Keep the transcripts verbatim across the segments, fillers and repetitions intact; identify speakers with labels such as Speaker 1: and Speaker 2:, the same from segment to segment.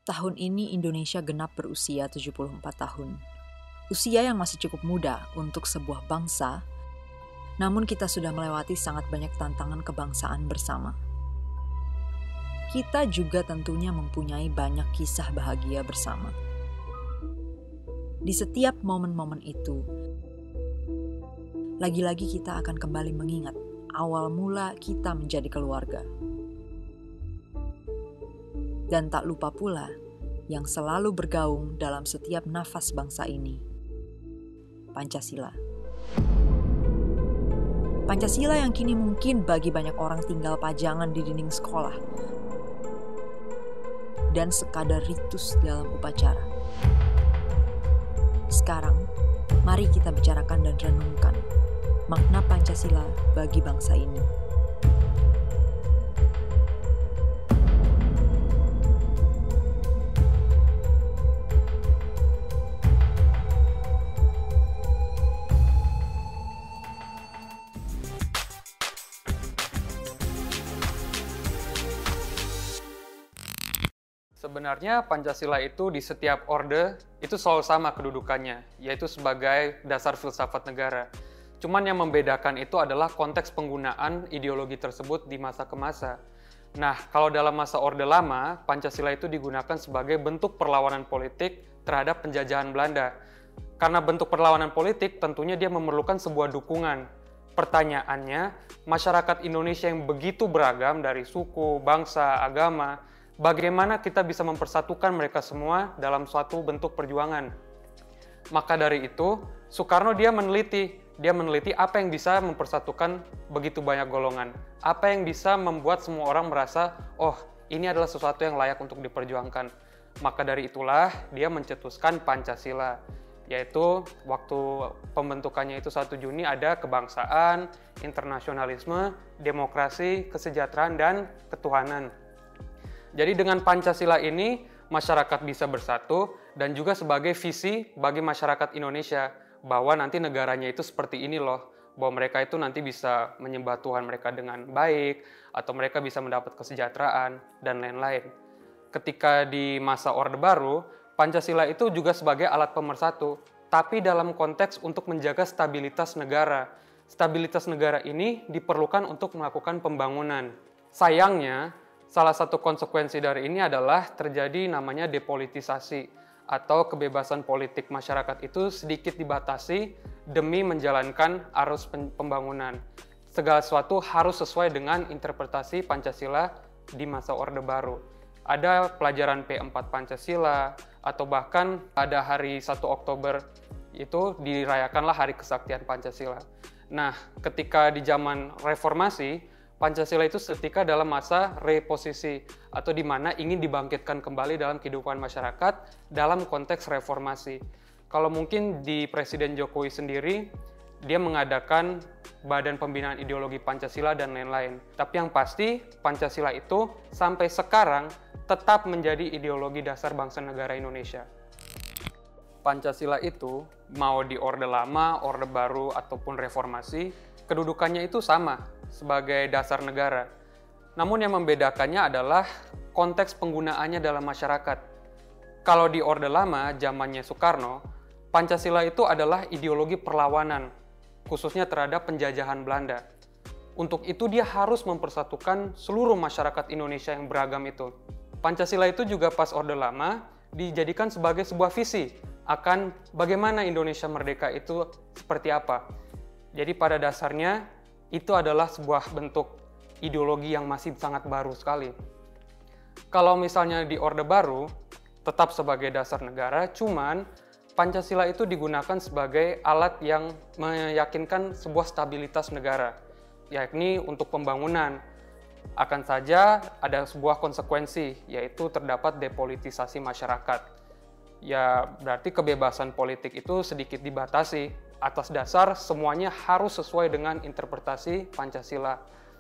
Speaker 1: Tahun ini Indonesia genap berusia tujuh puluh empat tahun. Usia yang masih cukup muda untuk sebuah bangsa, namun kita sudah melewati sangat banyak tantangan kebangsaan bersama. Kita juga tentunya mempunyai banyak kisah bahagia bersama. Di setiap momen-momen itu, lagi-lagi kita akan kembali mengingat awal mula kita menjadi keluarga. Dan tak lupa pula yang selalu bergaung dalam setiap nafas bangsa ini, Pancasila. Pancasila yang kini mungkin bagi banyak orang tinggal pajangan di dinding sekolah dan sekadar ritus dalam upacara. Sekarang, mari kita bicarakan dan renungkan makna Pancasila bagi bangsa ini.
Speaker 2: Sebenarnya Pancasila itu di setiap orde itu selalu sama kedudukannya, yaitu sebagai dasar filsafat negara. Cuman yang membedakan itu adalah konteks penggunaan ideologi tersebut di masa ke masa. Nah, kalau dalam masa Orde Lama, Pancasila itu digunakan sebagai bentuk perlawanan politik terhadap penjajahan Belanda. Karena bentuk perlawanan politik, tentunya dia memerlukan sebuah dukungan. Pertanyaannya, masyarakat Indonesia yang begitu beragam dari suku, bangsa, agama, bagaimana kita bisa mempersatukan mereka semua dalam suatu bentuk perjuangan? Maka dari itu, Soekarno dia meneliti, dia meneliti apa yang bisa mempersatukan begitu banyak golongan. Apa yang bisa membuat semua orang merasa, oh ini adalah sesuatu yang layak untuk diperjuangkan. Maka dari itulah dia mencetuskan Pancasila, yaitu waktu pembentukannya itu satu Juni ada kebangsaan, internasionalisme, demokrasi, kesejahteraan, dan ketuhanan. Jadi dengan Pancasila ini, masyarakat bisa bersatu dan juga sebagai visi bagi masyarakat Indonesia bahwa nanti negaranya itu seperti ini loh, bahwa mereka itu nanti bisa menyembah Tuhan mereka dengan baik, atau mereka bisa mendapat kesejahteraan, dan lain-lain. Ketika di masa Orde Baru, Pancasila itu juga sebagai alat pemersatu, tapi dalam konteks untuk menjaga stabilitas negara. Stabilitas negara ini diperlukan untuk melakukan pembangunan. Sayangnya, salah satu konsekuensi dari ini adalah terjadi namanya depolitisasi atau kebebasan politik masyarakat itu sedikit dibatasi demi menjalankan arus pembangunan. Segala sesuatu harus sesuai dengan interpretasi Pancasila di masa Orde Baru. Ada pelajaran P empat Pancasila atau bahkan ada hari satu Oktober itu dirayakanlah Hari Kesaktian Pancasila. Nah, ketika di zaman reformasi, Pancasila itu ketika dalam masa reposisi atau di mana ingin dibangkitkan kembali dalam kehidupan masyarakat dalam konteks reformasi. Kalau mungkin di Presiden Jokowi sendiri, dia mengadakan Badan Pembinaan Ideologi Pancasila dan lain-lain. Tapi yang pasti, Pancasila itu sampai sekarang tetap menjadi ideologi dasar bangsa negara Indonesia. Pancasila itu, mau di Orde Lama, Orde Baru, ataupun reformasi, kedudukannya itu sama sebagai dasar negara. Namun yang membedakannya adalah konteks penggunaannya dalam masyarakat. Kalau di Orde Lama, zamannya Soekarno, Pancasila itu adalah ideologi perlawanan, khususnya terhadap penjajahan Belanda. Untuk itu dia harus mempersatukan seluruh masyarakat Indonesia yang beragam itu. Pancasila itu juga pas Orde Lama dijadikan sebagai sebuah visi akan bagaimana Indonesia merdeka itu seperti apa. Jadi pada dasarnya itu adalah sebuah bentuk ideologi yang masih sangat baru sekali. Kalau misalnya di Orde Baru, tetap sebagai dasar negara, cuman Pancasila itu digunakan sebagai alat yang meyakinkan sebuah stabilitas negara, yakni untuk pembangunan. Akan saja ada sebuah konsekuensi, yaitu terdapat depolitisasi masyarakat. Ya berarti kebebasan politik itu sedikit dibatasi, atas dasar semuanya harus sesuai dengan interpretasi Pancasila.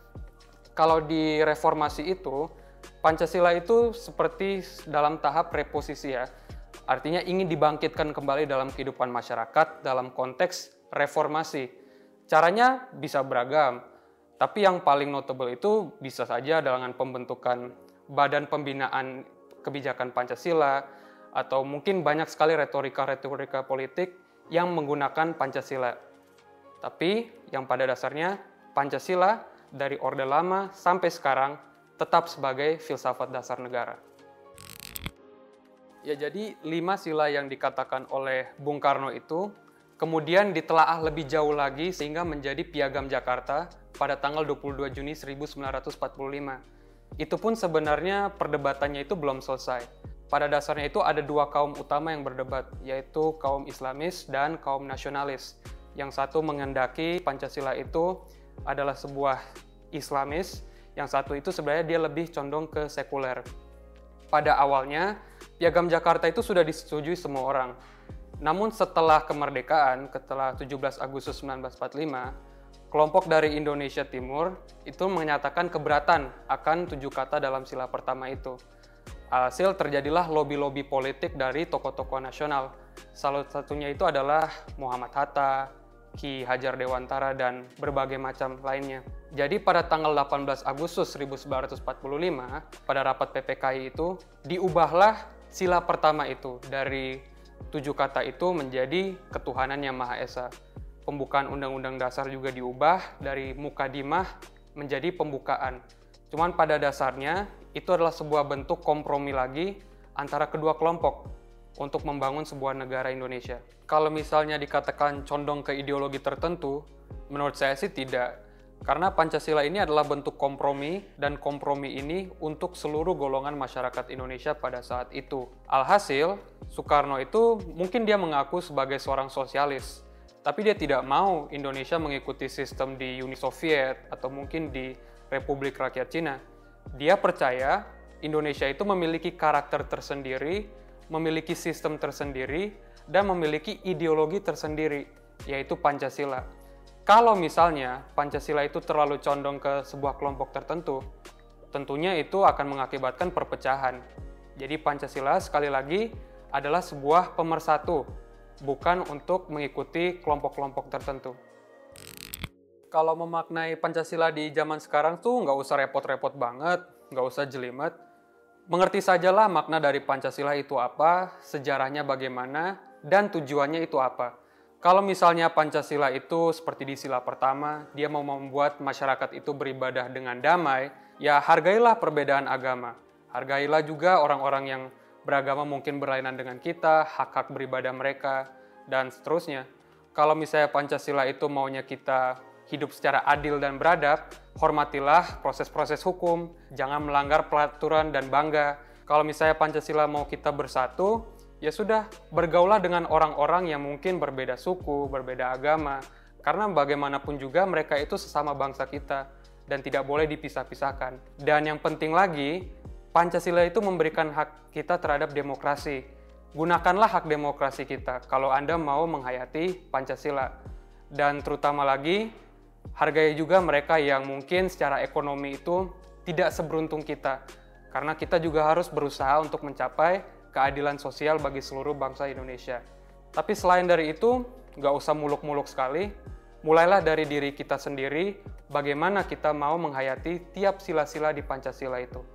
Speaker 2: Kalau di reformasi itu, Pancasila itu seperti dalam tahap reposisi ya. Artinya ingin dibangkitkan kembali dalam kehidupan masyarakat dalam konteks reformasi. Caranya bisa beragam, tapi yang paling notable itu bisa saja dengan pembentukan Badan Pembinaan kebijakan Pancasila, atau mungkin banyak sekali retorika-retorika politik yang menggunakan Pancasila. Tapi yang pada dasarnya Pancasila dari Orde Lama sampai sekarang tetap sebagai filsafat dasar negara. Ya, jadi lima sila yang dikatakan oleh Bung Karno itu kemudian ditelaah lebih jauh lagi sehingga menjadi Piagam Jakarta pada tanggal dua puluh dua Juni seribu sembilan ratus empat puluh lima. Itu pun sebenarnya perdebatannya itu belum selesai. Pada dasarnya itu ada dua kaum utama yang berdebat, yaitu kaum Islamis dan kaum nasionalis. Yang satu menghendaki Pancasila itu adalah sebuah Islamis, yang satu itu sebenarnya dia lebih condong ke sekuler. Pada awalnya, Piagam Jakarta itu sudah disetujui semua orang. Namun setelah kemerdekaan, setelah tujuh belas Agustus seribu sembilan ratus empat puluh lima, kelompok dari Indonesia Timur itu menyatakan keberatan akan tujuh kata dalam sila pertama itu. Alhasil terjadilah lobi-lobi politik dari tokoh-tokoh nasional. Salah satunya itu adalah Muhammad Hatta, Ki Hajar Dewantara, dan berbagai macam lainnya. Jadi pada tanggal delapan belas Agustus seribu sembilan ratus empat puluh lima, pada rapat P P K I itu, diubahlah sila pertama itu dari tujuh kata itu menjadi ketuhanan yang Maha Esa. Pembukaan Undang-Undang Dasar juga diubah dari mukadimah menjadi pembukaan. Cuman pada dasarnya itu adalah sebuah bentuk kompromi lagi antara kedua kelompok untuk membangun sebuah negara Indonesia. Kalau misalnya dikatakan condong ke ideologi tertentu, menurut saya sih tidak. Karena Pancasila ini adalah bentuk kompromi, dan kompromi ini untuk seluruh golongan masyarakat Indonesia pada saat itu. Alhasil, Soekarno itu mungkin dia mengaku sebagai seorang sosialis, tapi dia tidak mau Indonesia mengikuti sistem di Uni Soviet atau mungkin di Republik Rakyat Cina. Dia percaya Indonesia itu memiliki karakter tersendiri, memiliki sistem tersendiri, dan memiliki ideologi tersendiri, yaitu Pancasila. Kalau misalnya Pancasila itu terlalu condong ke sebuah kelompok tertentu, tentunya itu akan mengakibatkan perpecahan. Jadi Pancasila sekali lagi adalah sebuah pemersatu, bukan untuk mengikuti kelompok-kelompok tertentu. Kalau memaknai Pancasila di zaman sekarang tuh nggak usah repot-repot banget, nggak usah jelimet. Mengerti sajalah makna dari Pancasila itu apa, sejarahnya bagaimana, dan tujuannya itu apa. Kalau misalnya Pancasila itu seperti di sila pertama, dia mau membuat masyarakat itu beribadah dengan damai, ya hargailah perbedaan agama. Hargailah juga orang-orang yang beragama mungkin berlainan dengan kita, hak-hak beribadah mereka, dan seterusnya. Kalau misalnya Pancasila itu maunya kita hidup secara adil dan beradab, hormatilah proses-proses hukum, jangan melanggar peraturan dan bangga. Kalau misalnya Pancasila mau kita bersatu, ya sudah, bergaulah dengan orang-orang yang mungkin berbeda suku, berbeda agama, karena bagaimanapun juga mereka itu sesama bangsa kita, dan tidak boleh dipisah-pisahkan. Dan yang penting lagi, Pancasila itu memberikan hak kita terhadap demokrasi. Gunakanlah hak demokrasi kita kalau Anda mau menghayati Pancasila. Dan terutama lagi, hargai juga mereka yang mungkin secara ekonomi itu tidak seberuntung kita. Karena kita juga harus berusaha untuk mencapai keadilan sosial bagi seluruh bangsa Indonesia. Tapi selain dari itu, nggak usah muluk-muluk sekali. Mulailah dari diri kita sendiri, bagaimana kita mau menghayati tiap sila-sila di Pancasila itu.